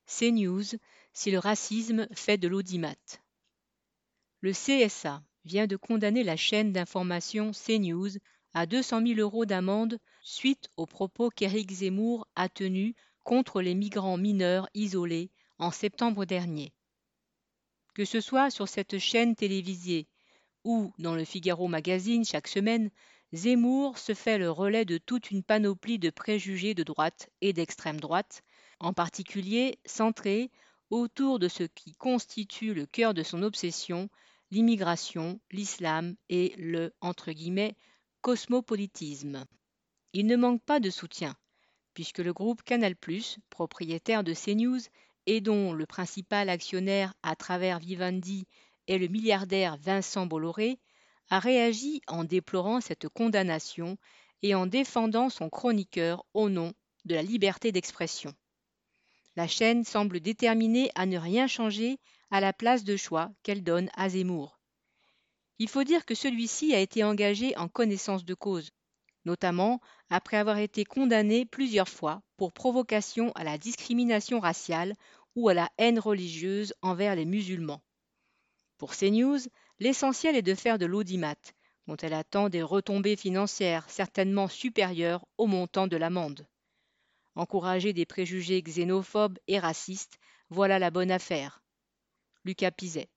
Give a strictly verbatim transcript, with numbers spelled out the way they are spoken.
CNews, si le racisme fait de l'audimat. Le C S A vient de condamner la chaîne d'information CNews à deux cent mille euros d'amende suite aux propos qu'Éric Zemmour a tenus contre les migrants mineurs isolés en septembre dernier. Que ce soit sur cette chaîne télévisée ou dans le Figaro Magazine chaque semaine, Zemmour se fait le relais de toute une panoplie de préjugés de droite et d'extrême droite, en particulier centrés autour de ce qui constitue le cœur de son obsession, l'immigration, l'islam et le entre guillemets, cosmopolitisme. Il ne manque pas de soutien, puisque le groupe Canal+, propriétaire de CNews et dont le principal actionnaire à travers Vivendi est le milliardaire Vincent Bolloré, a réagi en déplorant cette condamnation et en défendant son chroniqueur au nom de la liberté d'expression. La chaîne semble déterminée à ne rien changer à la place de choix qu'elle donne à Zemmour. Il faut dire que celui-ci a été engagé en connaissance de cause, notamment après avoir été condamné plusieurs fois pour provocation à la discrimination raciale ou à la haine religieuse envers les musulmans. Pour CNews, l'essentiel est de faire de l'audimat, dont elle attend des retombées financières certainement supérieures au montant de l'amende. Encourager des préjugés xénophobes et racistes, voilà la bonne affaire. Lucas Pizet.